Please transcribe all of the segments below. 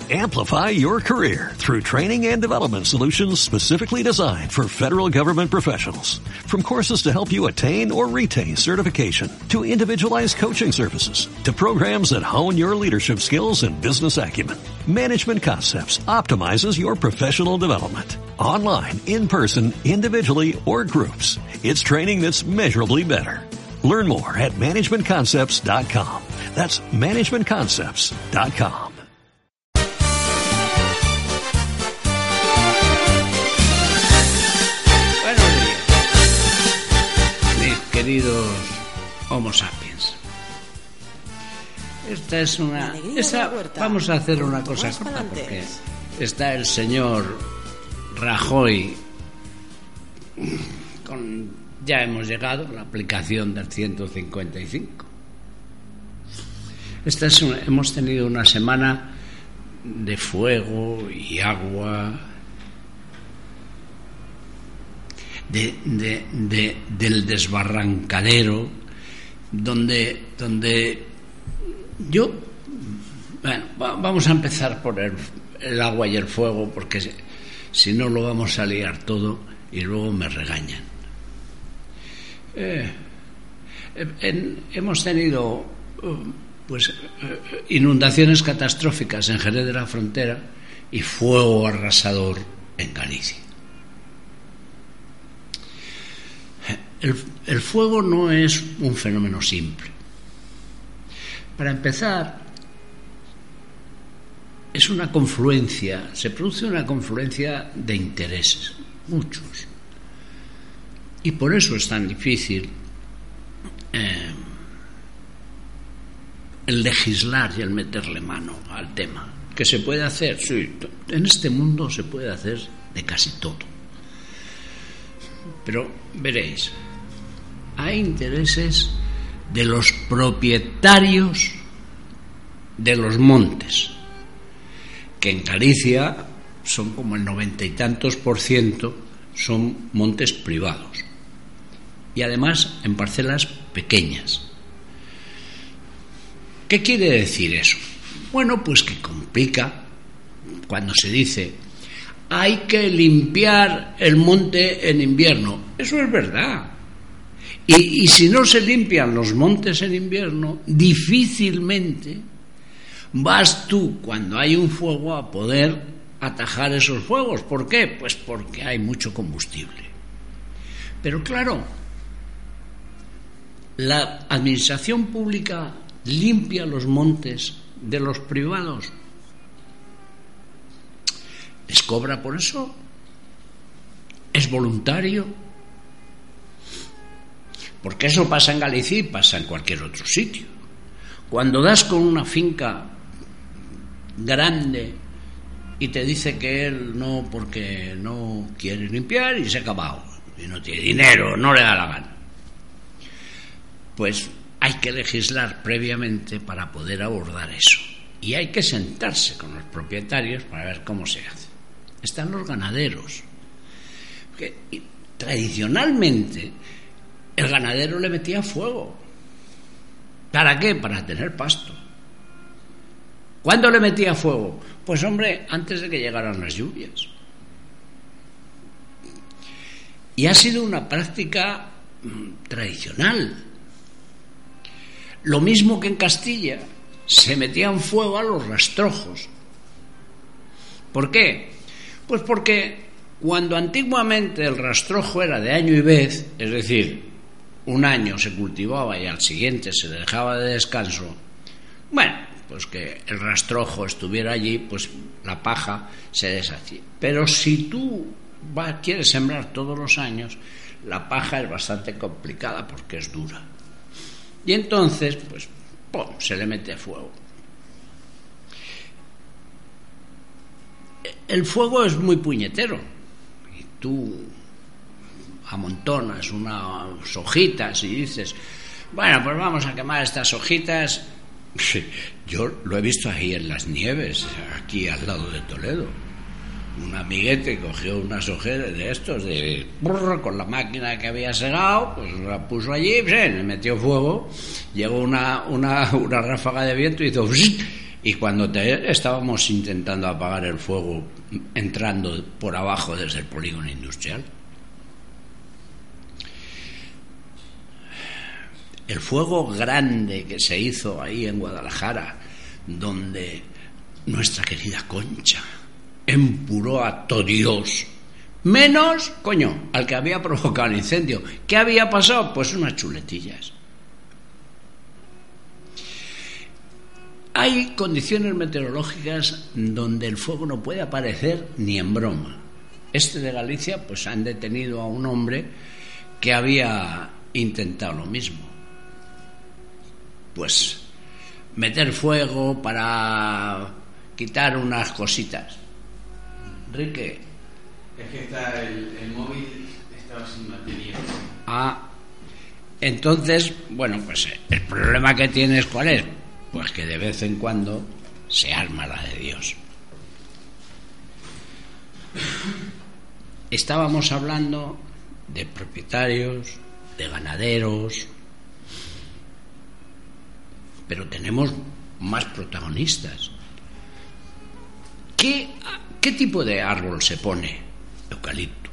Amplify your career through training and development solutions specifically designed for federal government professionals. From courses to help you attain or retain certification, to individualized coaching services, to programs that hone your leadership skills and business acumen, Management Concepts optimizes your professional development. Online, in person, individually, or groups, it's training that's measurably better. Learn more at managementconcepts.com. That's managementconcepts.com. Queridos Homo sapiens, vamos a hacer una cosa corta porque está el señor Rajoy ya hemos llegado a la aplicación del 155. Hemos tenido una semana de fuego y agua, del desbarrancadero, donde yo, bueno, vamos a empezar por el agua y el fuego, porque si no lo vamos a liar todo y luego me regañan. Hemos tenido inundaciones catastróficas en Jerez de la Frontera y fuego arrasador en Galicia. El fuego no es un fenómeno simple. Para empezar, se produce una confluencia de intereses, muchos. Y por eso es tan difícil el legislar y el meterle mano al tema. ¿Que se puede hacer? Sí, en este mundo se puede hacer de casi todo. Pero veréis, hay intereses de los propietarios de los montes, que en Galicia son como el 90 y tantos %, son montes privados. Y además en parcelas pequeñas. ¿Qué quiere decir eso? Bueno, pues que complica cuando se dice hay que limpiar el monte en invierno. Eso es verdad. Y si no se limpian los montes en invierno, difícilmente vas tú, cuando hay un fuego, a poder atajar esos fuegos. ¿Por qué? Pues porque hay mucho combustible. Pero claro, la administración pública limpia los montes de los privados. ¿Les cobra por eso? ¿Es voluntario? Porque eso pasa en Galicia y pasa en cualquier otro sitio. Cuando das con una finca grande y te dice que él no, porque no quiere limpiar y se ha acabado, y no tiene dinero, no le da la gana, pues hay que legislar previamente para poder abordar eso. Y hay que sentarse con los propietarios para ver cómo se hace. Están los ganaderos. Porque tradicionalmente el ganadero le metía fuego. ¿Para qué? Para tener pasto. ¿Cuándo le metía fuego? Pues hombre, antes de que llegaran las lluvias. Y ha sido una práctica tradicional. Lo mismo que en Castilla, se metían fuego a los rastrojos. ¿Por qué? Pues porque cuando antiguamente el rastrojo era de año y vez, es decir, un año se cultivaba y al siguiente se dejaba de descanso, bueno, pues que el rastrojo estuviera allí, pues la paja se deshacía. Pero si tú quieres sembrar todos los años, la paja es bastante complicada porque es dura. Y entonces, pues, ¡pum!, se le mete fuego. El fuego es muy puñetero. Y tú amontonas unas hojitas y dices, bueno, pues vamos a quemar estas hojitas. Yo lo he visto ahí en las nieves, aquí al lado de Toledo. Un amiguete cogió unas hojeras de estos, con la máquina que había segado, pues la puso allí, le metió fuego, llegó una ráfaga de viento y hizo Y cuando estábamos intentando apagar el fuego entrando por abajo desde el polígono industrial, el fuego grande que se hizo ahí en Guadalajara, donde nuestra querida Concha empuró a todo Dios, menos, al que había provocado el incendio. ¿Qué había pasado? Pues unas chuletillas. Hay condiciones meteorológicas donde el fuego no puede aparecer ni en broma. De Galicia, pues han detenido a un hombre que había intentado lo mismo. Pues meter fuego para quitar unas cositas. Enrique. Es que está el móvil estaba sin batería. Entonces, bueno, pues el problema que tienes, ¿cuál es? Pues que de vez en cuando se arma la de Dios. Estábamos hablando de propietarios, de ganaderos, pero tenemos más protagonistas. ¿Qué tipo de árbol se pone? Eucalipto.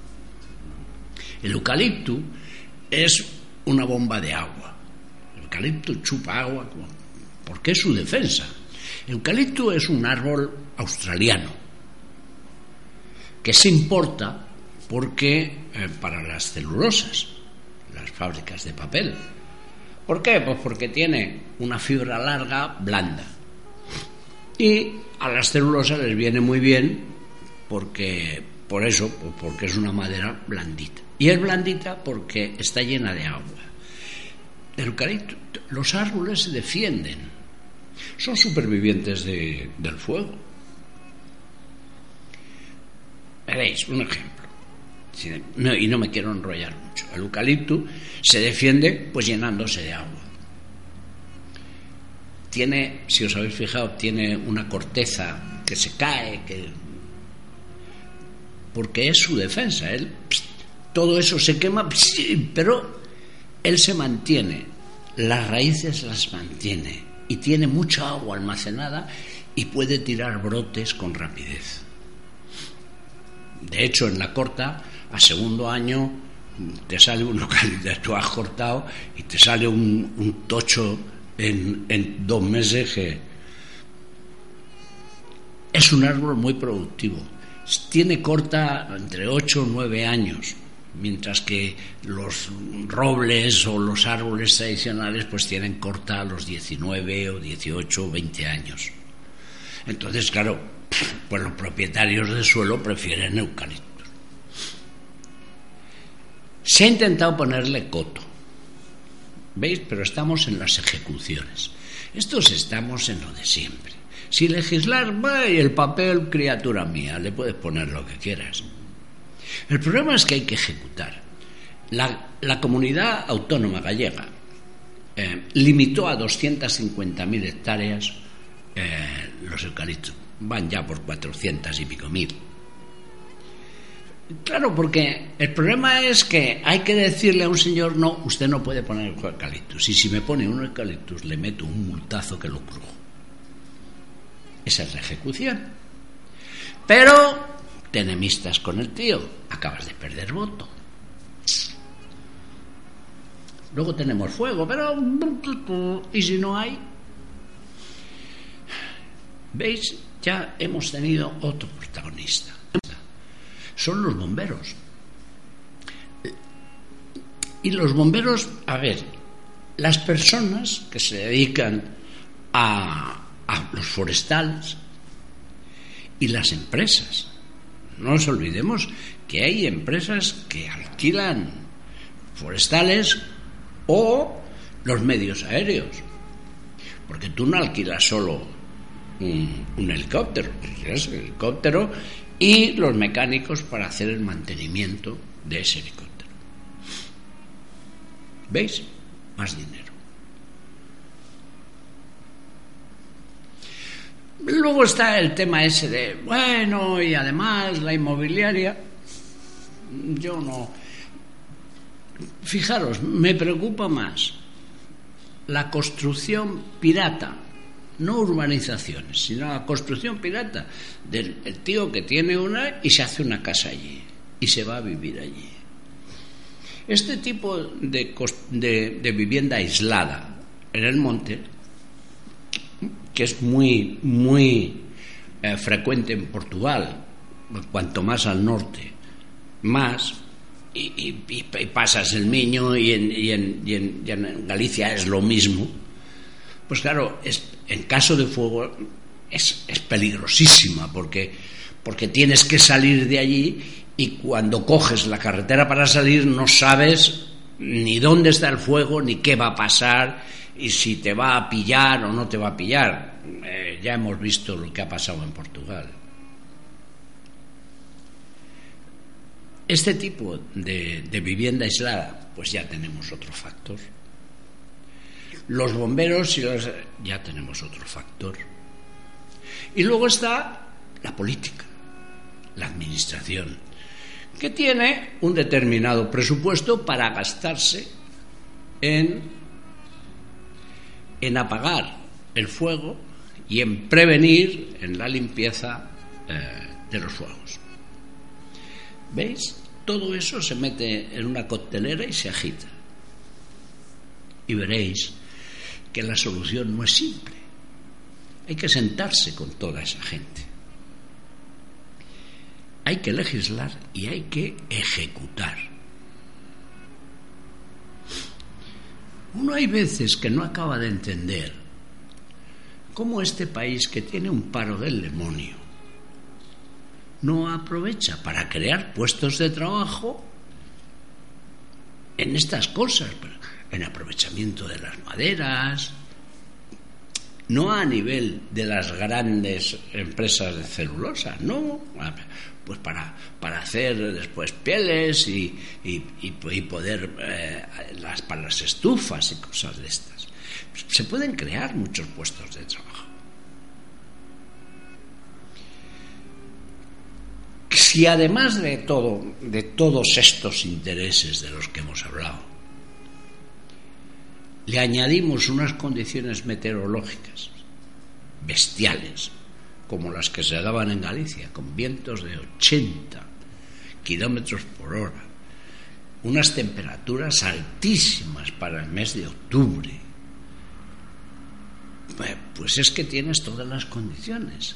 El eucalipto es una bomba de agua. El eucalipto chupa agua porque es su defensa. El eucalipto es un árbol australiano que se importa porque para las celulosas, las fábricas de papel. ¿Por qué? Pues porque tiene una fibra larga, blanda. Y a las celulosas les viene muy bien porque es una madera blandita. Y es blandita porque está llena de agua. El eucalipto, los árboles se defienden. Son supervivientes del fuego. Veréis, un ejemplo. Y no me quiero enrollar mucho. El eucalipto se defiende pues llenándose de agua. Tiene, si os habéis fijado, tiene una corteza que se cae, porque es su defensa. Todo eso se quema, pero él se mantiene, las raíces las mantiene y tiene mucha agua almacenada y puede tirar brotes con rapidez. De hecho, en la corta, a segundo año, te sale un eucalipto, tú has cortado y te sale un tocho en 2 meses que es un árbol muy productivo. Tiene corta entre 8 o 9 años, mientras que los robles o los árboles tradicionales pues tienen corta a los 19 o 18 o 20 años. Entonces, claro, pues los propietarios de suelo prefieren eucaliptos. Se ha intentado ponerle coto, ¿veis? Pero estamos en las ejecuciones. Estamos en lo de siempre. Si legislar, va, y el papel, criatura mía, le puedes poner lo que quieras. El problema es que hay que ejecutar. La comunidad autónoma gallega limitó a 250.000 hectáreas los eucaliptos. Van ya por 400 y pico mil. Claro, porque el problema es que hay que decirle a un señor: no, usted no puede poner eucaliptus. Y si me pone un eucaliptus, le meto un multazo que lo crujo. Esa es la ejecución. Pero te enemistas con el tío, acabas de perder voto. Luego tenemos fuego, pero ¿y si no hay? ¿Veis? Ya hemos tenido otro protagonista. Son los bomberos. Y los bomberos, a ver, las personas que se dedican a los forestales y las empresas. No nos olvidemos que hay empresas que alquilan forestales o los medios aéreos, porque tú no alquilas solo un helicóptero, alquilas el helicóptero y los mecánicos para hacer el mantenimiento de ese helicóptero. ¿Veis? Más dinero. Luego está el tema ese de, bueno, y además la inmobiliaria. Yo no. Fijaros, me preocupa más la construcción pirata no urbanizaciones, sino la construcción pirata del el tío que tiene una y se hace una casa allí y se va a vivir allí. Este tipo de vivienda aislada en el monte, que es muy frecuente en Portugal, cuanto más al norte, más, y pasas el Miño y en Galicia es lo mismo, pues claro, en caso de fuego es peligrosísima, porque tienes que salir de allí y cuando coges la carretera para salir no sabes ni dónde está el fuego, ni qué va a pasar, y si te va a pillar o no te va a pillar. Ya hemos visto lo que ha pasado en Portugal. Este tipo de vivienda aislada, pues ya tenemos otro factor. Los bomberos ya tenemos otro factor. Y luego está la política, la administración, que tiene un determinado presupuesto para gastarse en apagar el fuego y en prevenir, en la limpieza de los fuegos. ¿Veis? Todo eso se mete en una coctelera y se agita. Y veréis que la solución no es simple. Hay que sentarse con toda esa gente. Hay que legislar y hay que ejecutar. Uno hay veces que no acaba de entender cómo este país, que tiene un paro del demonio, no aprovecha para crear puestos de trabajo en estas cosas, en aprovechamiento de las maderas, no a nivel de las grandes empresas de celulosa, no, pues para hacer después pieles y poder para las estufas y cosas de estas. Se pueden crear muchos puestos de trabajo. Si además de todos estos intereses de los que hemos hablado, le añadimos unas condiciones meteorológicas bestiales, como las que se daban en Galicia, con vientos de 80 kilómetros por hora, unas temperaturas altísimas para el mes de octubre, pues es que tienes todas las condiciones.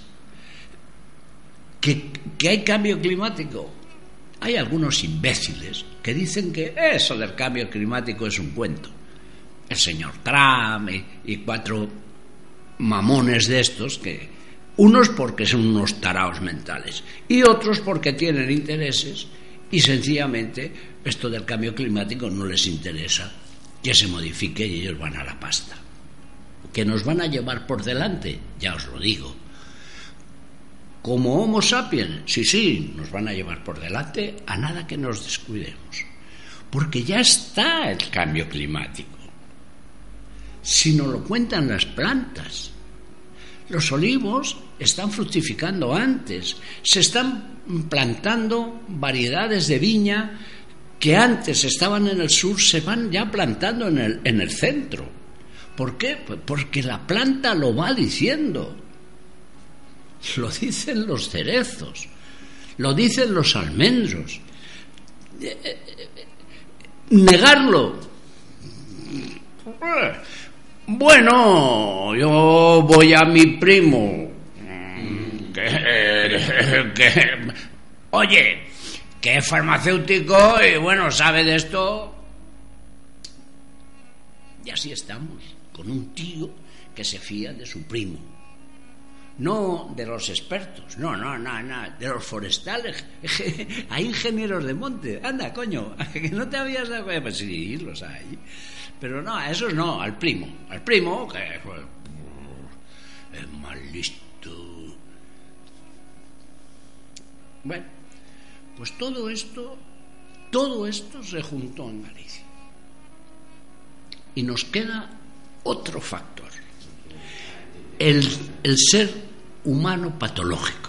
¿Que hay cambio climático? Hay algunos imbéciles que dicen que eso del cambio climático es un cuento. El señor Trump y 4 mamones de estos, que unos porque son unos taraos mentales y otros porque tienen intereses y sencillamente esto del cambio climático no les interesa que se modifique y ellos van a la pasta. ¿Que nos van a llevar por delante? Ya os lo digo. Como Homo sapiens, sí, nos van a llevar por delante a nada que nos descuidemos, porque ya está el cambio climático. Si nos lo cuentan las plantas, los olivos están fructificando antes, se están plantando variedades de viña que antes estaban en el sur, se van ya plantando en el centro. ¿Por qué? Pues porque la planta lo va diciendo. Lo dicen los cerezos, lo dicen los almendros. Negarlo. Bueno, yo voy a mi primo. Oye, que es farmacéutico y bueno, sabe de esto. Y así estamos, con un tío que se fía de su primo. No de los expertos, no, de los forestales. Hay ingenieros de monte, anda, coño, que no te habías dado cuenta. Pues sí, los hay. Pero no, a esos no, al primo, que es más listo. Bueno, pues todo esto se juntó en Galicia. Y nos queda otro factor. El ser humano patológico.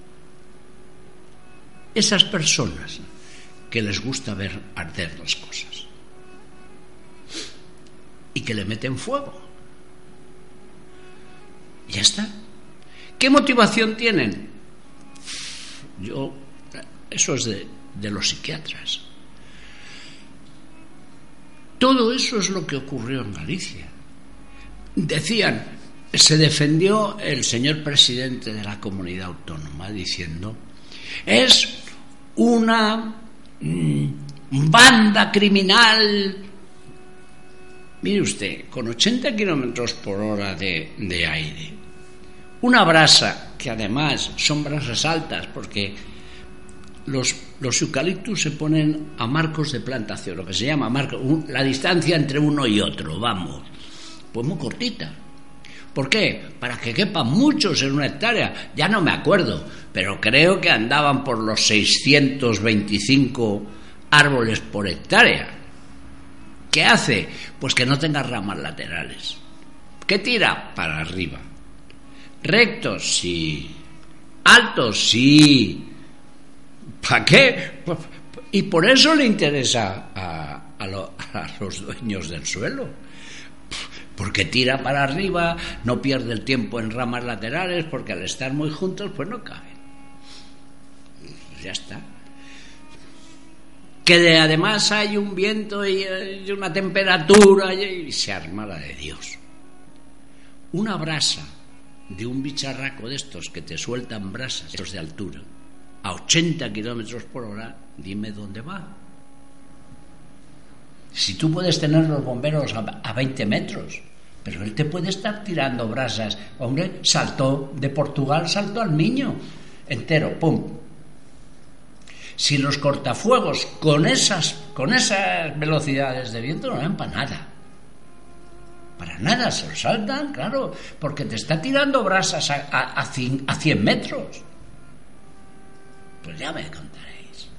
Esas personas que les gusta ver arder las cosas y que le meten fuego. Ya está. ¿Qué motivación tienen? Eso es de los psiquiatras. Todo eso es lo que ocurrió en Galicia. Decían, se defendió el señor presidente de la comunidad autónoma diciendo, es una banda criminal. Mire usted, con 80 kilómetros por hora de aire, una brasa, que además son brasas altas, porque los eucaliptus se ponen a marcos de plantación, lo que se llama la distancia entre uno y otro, vamos, pues muy cortita. ¿Por qué? Para que quepan muchos en una hectárea. Ya no me acuerdo, pero creo que andaban por los 625 árboles por hectárea. ¿Qué hace? Pues que no tenga ramas laterales. ¿Qué tira? Para arriba. Rectos, sí. Altos, sí. ¿Para qué? Y por eso le interesa a los dueños del suelo. Porque tira para arriba, no pierde el tiempo en ramas laterales, porque al estar muy juntos, pues no caben. Pues ya está. Que además hay un viento y una temperatura y se arma la de Dios. Una brasa de un bicharraco de estos que te sueltan brasas de altura a 80 kilómetros por hora, dime dónde va. Si tú puedes tener los bomberos a 20 metros, pero él te puede estar tirando brasas. Hombre, saltó de Portugal, saltó al Miño entero, pum. Si los cortafuegos con esas velocidades de viento no dan para nada. Para nada, se los saltan, claro, porque te está tirando brasas a 100 metros. Pues ya me contaréis.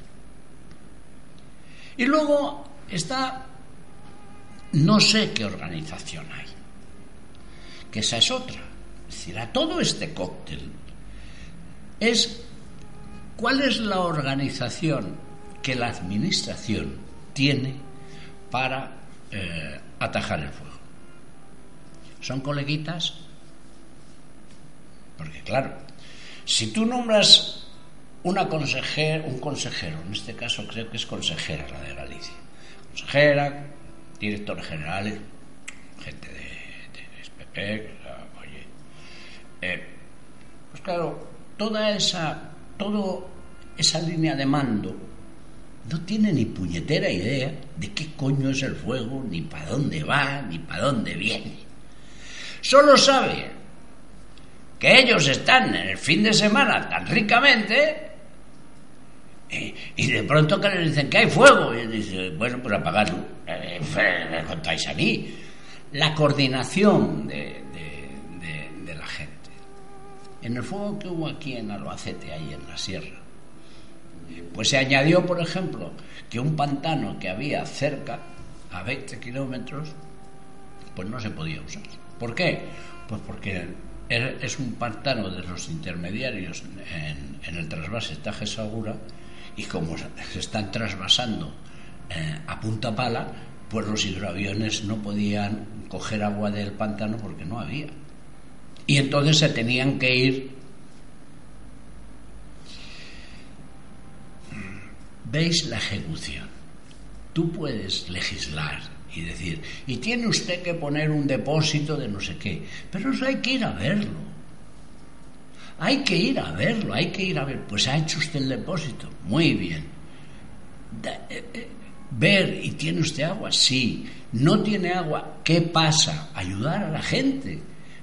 Y luego está, no sé qué organización hay, que esa es otra. Es decir, a todo este cóctel es cuál es la organización que la administración tiene para atajar el fuego. ¿Son coleguitas? Porque claro, si tú nombras un consejero, en este caso creo que es consejera la de Galicia, consejera, director general, gente de SPP, pues claro, toda esa línea de mando no tiene ni puñetera idea de qué coño es el fuego, ni para dónde va, ni para dónde viene. Solo sabe que ellos están en el fin de semana tan ricamente y de pronto que les dicen que hay fuego y dicen, bueno, pues apagadlo. Me contáis a mí. La coordinación de la gente. En el fuego que hubo aquí en Albacete, ahí en la sierra, pues se añadió, por ejemplo, que un pantano que había cerca, a 20 kilómetros, pues no se podía usar. ¿Por qué? Pues porque es un pantano de los intermediarios en el trasvase Tajes-Segura, y como se están trasvasando a punta pala, pues los hidroaviones no podían coger agua del pantano porque no había. Y entonces se tenían que ir. ¿Veis la ejecución? Tú puedes legislar y decir, y tiene usted que poner un depósito de no sé qué, pero eso hay que ir a verlo. Hay que ir a verlo, pues ha hecho usted el depósito, muy bien. Ver, ¿y tiene usted agua? Sí. ¿No tiene agua? ¿Qué pasa? Ayudar a la gente.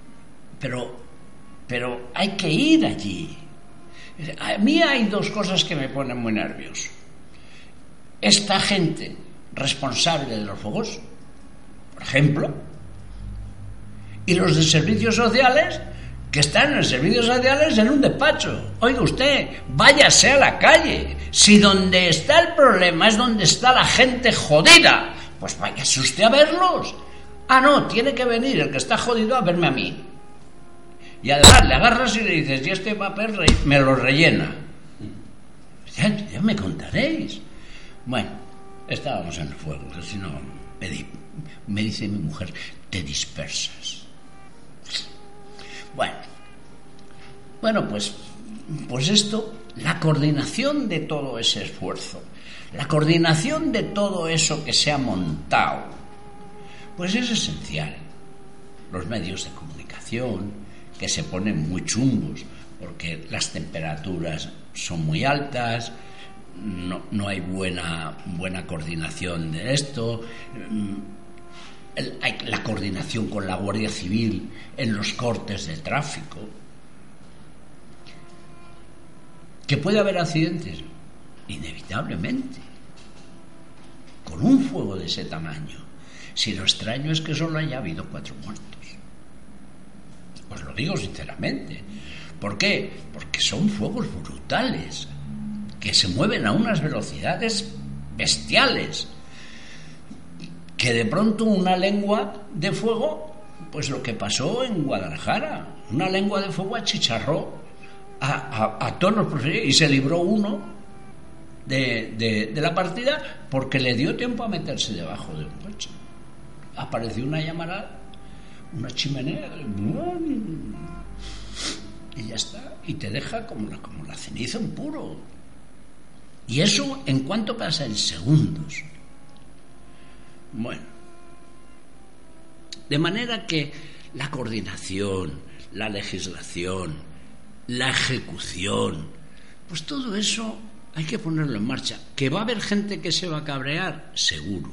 Pero hay que ir allí. A mí hay dos cosas que me ponen muy nervioso. Esta gente responsable de los fuegos, por ejemplo, y los de servicios sociales que están en los servicios sociales en un despacho. Oiga usted, váyase a la calle. Si donde está el problema es donde está la gente jodida, pues váyase usted a verlos. Ah, no, tiene que venir el que está jodido a verme a mí. Y además le agarras y le dices, y este papel me lo rellena. Ya me contaréis. Bueno, estábamos en el fuego, si no, me dice mi mujer, te dispersas. Bueno, Bueno, pues esto, la coordinación de todo ese esfuerzo, la coordinación de todo eso que se ha montado, pues es esencial. Los medios de comunicación, que se ponen muy chungos, porque las temperaturas son muy altas, no hay buena coordinación de esto, hay la coordinación con la Guardia Civil en los cortes de tráfico. ¿Que puede haber accidentes? Inevitablemente. Con un fuego de ese tamaño. Si lo extraño es que solo haya habido 4 muertos. Os lo digo sinceramente. ¿Por qué? Porque son fuegos brutales, que se mueven a unas velocidades bestiales, que de pronto una lengua de fuego, pues lo que pasó en Guadalajara, una lengua de fuego achicharró a todos los profesores y se libró uno de la partida porque le dio tiempo a meterse debajo de un coche. Apareció una llamarada, una chimenea, y ya está, y te deja como la ceniza en puro. Y eso, ¿en cuánto pasa? En segundos. Bueno, de manera que la coordinación, la legislación, la ejecución, pues todo eso hay que ponerlo en marcha. ¿Que va a haber gente que se va a cabrear? Seguro.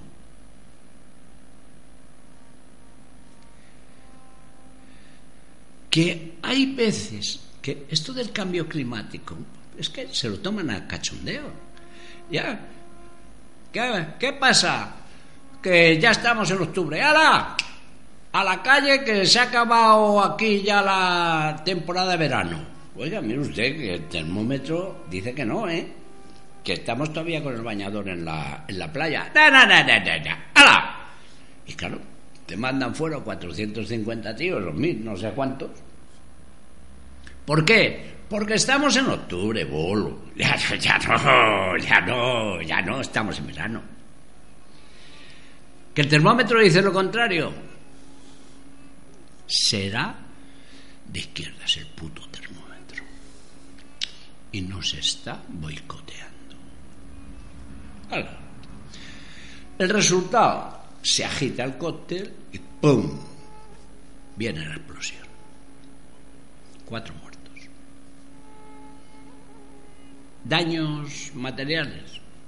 Que hay veces que esto del cambio climático es que se lo toman a cachondeo. ¿Ya? ¿Qué pasa? Que ya estamos en octubre. ¡Hala! A la calle, que se ha acabado aquí ya la temporada de verano. Oiga, mire usted que el termómetro dice que no, que estamos todavía con el bañador en la playa. ¡No! ¡Hala! Y claro, te mandan fuera 450 tíos, o 1000, no sé cuántos. ¿Por qué? Porque estamos en octubre, bolo. Ya no, estamos en verano. ¿Que el termómetro dice lo contrario? Será de izquierdas el puto termómetro. Y nos está boicoteando. ¡Hala! El resultado, se agita el cóctel y ¡pum! Viene la explosión. 4 muertos. Daños materiales.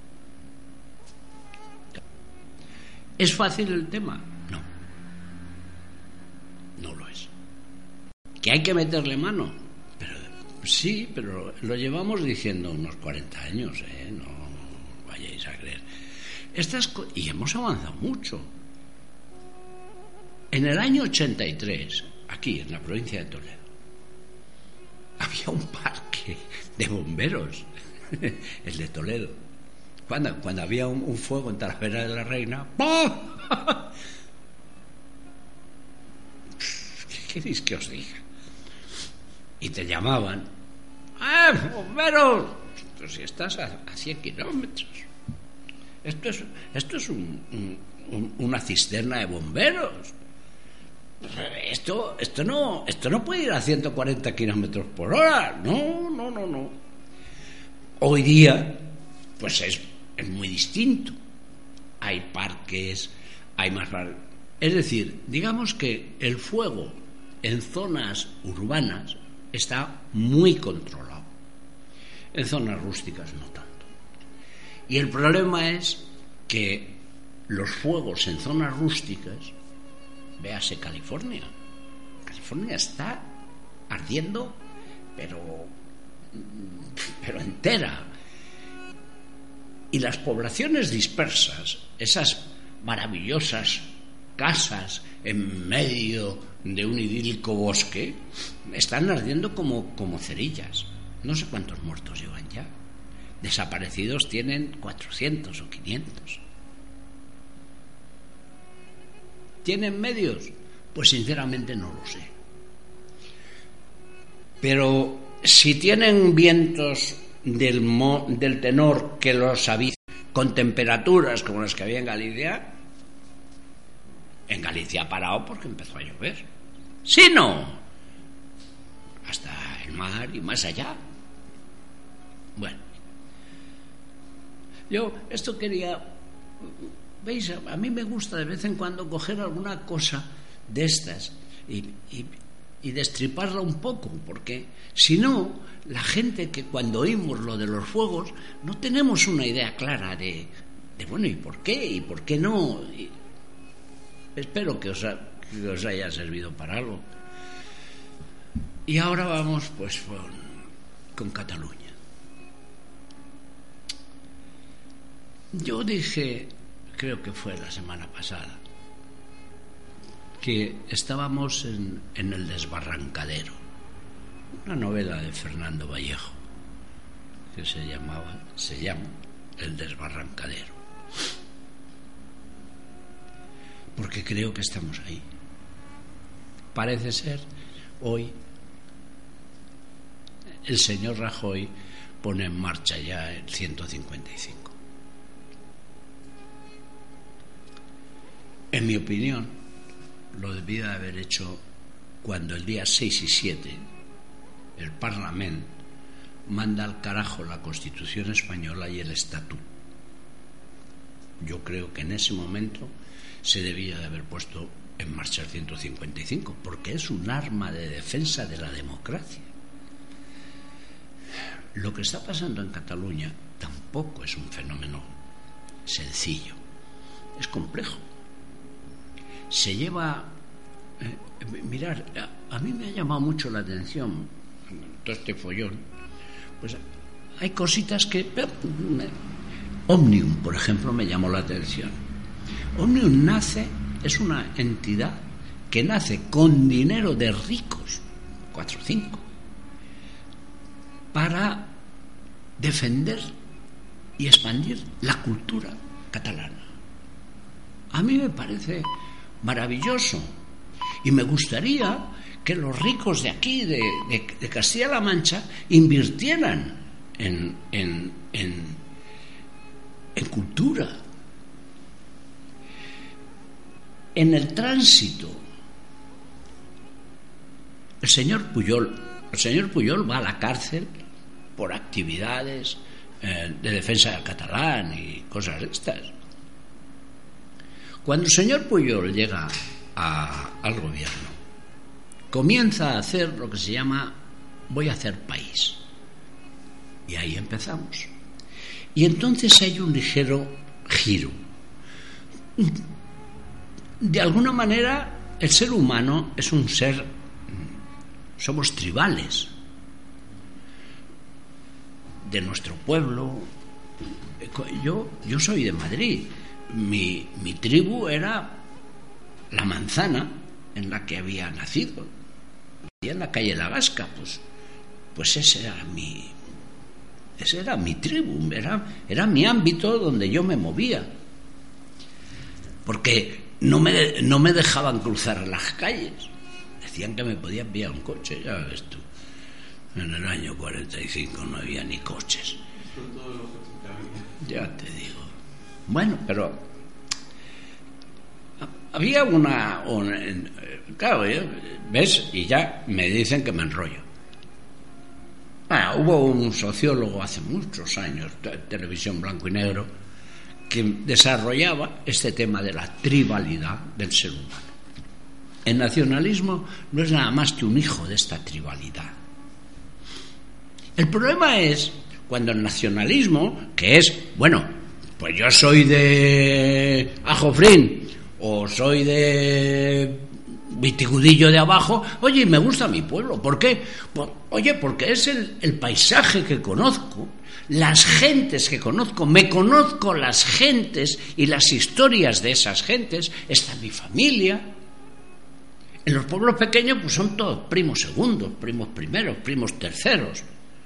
¿Es fácil el tema? No. No lo es. ¿Que hay que meterle mano? Sí, pero lo llevamos diciendo unos 40 años, no vayáis a creer. Y hemos avanzado mucho. En el año 83, aquí en la provincia de Toledo, había un parque de bomberos, el de Toledo. Cuando había un fuego en Talavera de la Reina, ¡pah! ¿Qué queréis que os diga? Y te llamaban, bomberos! Pues si estás a 100 kilómetros. Esto es una cisterna de bomberos. Esto no puede ir a 140 kilómetros por hora. No. Hoy día, pues es muy distinto. Hay parques, hay más parques. Es decir, digamos que el fuego en zonas urbanas está muy controlado. En zonas rústicas no tanto. Y el problema es que los fuegos en zonas rústicas, véase California. California está ardiendo, pero entera. Y las poblaciones dispersas, esas maravillosas casas en medio de un idílico bosque, están ardiendo como cerillas. No sé cuántos muertos llevan ya. Desaparecidos tienen 400 o 500. ¿Tienen medios? Pues sinceramente no lo sé. Pero si tienen vientos del tenor que los avisa, con temperaturas como las que había en Galicia ha parado porque empezó a llover. Si no, hasta el mar y más allá. Bueno, yo esto quería, veis, a mí me gusta de vez en cuando coger alguna cosa de estas y destriparla un poco, porque si no, la gente, que cuando oímos lo de los fuegos no tenemos una idea clara de bueno, ¿y por qué? ¿Y por qué no? Espero que os haya servido para algo. Y ahora vamos pues con Cataluña. Yo dije, creo que fue la semana pasada, que estábamos en El desbarrancadero, una novela de Fernando Vallejo que se llama El desbarrancadero, porque creo que estamos ahí. Parece ser, hoy el señor Rajoy pone en marcha ya el 155. En mi opinión, lo debía haber hecho cuando el día 6 y 7 el Parlamento manda al carajo la Constitución española y el Estatuto. Yo creo que en ese momento se debía de haber puesto en marcha el 155, porque es un arma de defensa de la democracia. Lo que está pasando en Cataluña tampoco es un fenómeno sencillo, es complejo. Se lleva... mirar, a mí me ha llamado mucho la atención todo este follón. Pues hay cositas que... Omnium, por ejemplo, me llamó la atención. Omnium es una entidad que nace con dinero de ricos, 4 o 5, para defender y expandir la cultura catalana. A mí me parece maravilloso y me gustaría que los ricos de aquí, de Castilla-La Mancha, invirtieran en cultura, en el tránsito. El señor Pujol va a la cárcel por actividades de defensa del catalán y cosas de estas. Cuando el señor Pujol llega al gobierno, comienza a hacer lo que se llama voy a hacer país. Y ahí empezamos. Y entonces hay un ligero giro. De alguna manera, el ser humano es un ser... Somos tribales. De nuestro pueblo. Yo soy de Madrid. Mi tribu era La Manzana, en la que había nacido. Y en la calle La Gasca, pues ese era mi tribu, era mi ámbito donde yo me movía. Porque no me dejaban cruzar las calles. Decían que me podían pillar un coche, ya ves tú. En el año 45 no había ni coches. Ya te digo. Bueno, pero había una claro, ¿ves? Y ya me dicen que me enrollo. Hubo un sociólogo hace muchos años, televisión blanco y negro, que desarrollaba este tema de la tribalidad del ser humano. El nacionalismo no es nada más que un hijo de esta tribalidad. El problema es cuando el nacionalismo, que es, bueno, pues yo soy de Ajofrín o soy de Vitigudillo de abajo, oye, me gusta mi pueblo. ¿Por qué? Pues, oye, porque es el paisaje que conozco, las gentes que conozco, me conozco las gentes y las historias de esas gentes, está mi familia. En los pueblos pequeños pues son todos primos segundos, primos primeros, primos terceros.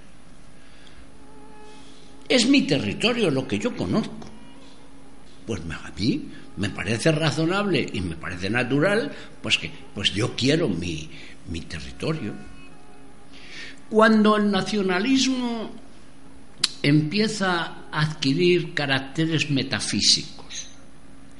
Es mi territorio lo que yo conozco. Pues a mí me parece razonable y me parece natural pues yo quiero mi territorio. Cuando el nacionalismo empieza a adquirir caracteres metafísicos,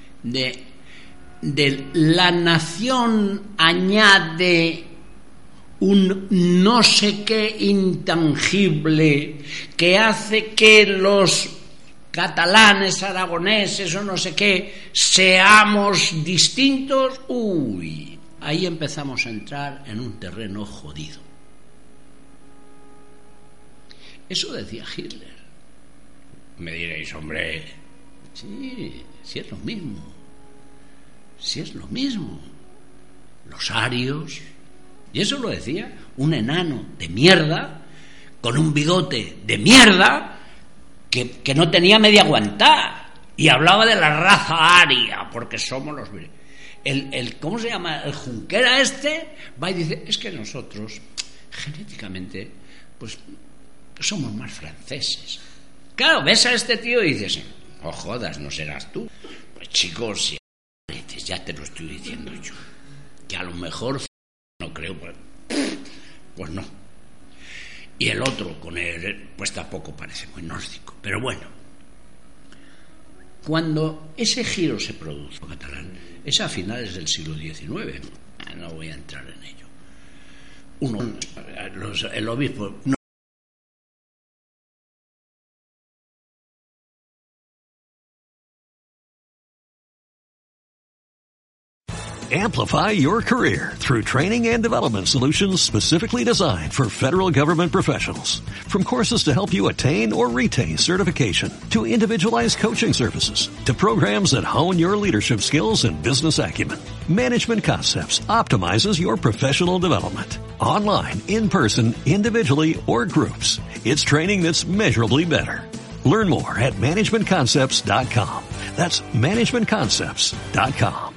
de la nación añade un no sé qué intangible que hace que los catalanes, aragoneses o no sé qué seamos distintos, ahí empezamos a entrar en un terreno jodido. Eso decía Hitler. Me diréis, hombre, sí es lo mismo. Sí es lo mismo. Los arios. Y eso lo decía un enano de mierda, con un bigote de mierda, que no tenía media aguantar. Y hablaba de la raza aria, porque somos los... ¿Cómo se llama? El Junquera va y dice, es que nosotros, genéticamente, pues somos más franceses. Claro, ves a este tío y dices, oh jodas, no serás tú. Pues chicos, si ya te lo estoy diciendo yo, que a lo mejor no creo, pues no. Y el otro con él, pues tampoco parece muy gnóstico. Pero bueno, cuando ese giro se produjo en catalán, es a finales del siglo XIX, no voy a entrar en ello. El obispo... Amplify your career through training and development solutions specifically designed for federal government professionals. From courses to help you attain or retain certification, to individualized coaching services, to programs that hone your leadership skills and business acumen, Management Concepts optimizes your professional development. Online, in person, individually, or groups, it's training that's measurably better. Learn more at managementconcepts.com. That's managementconcepts.com.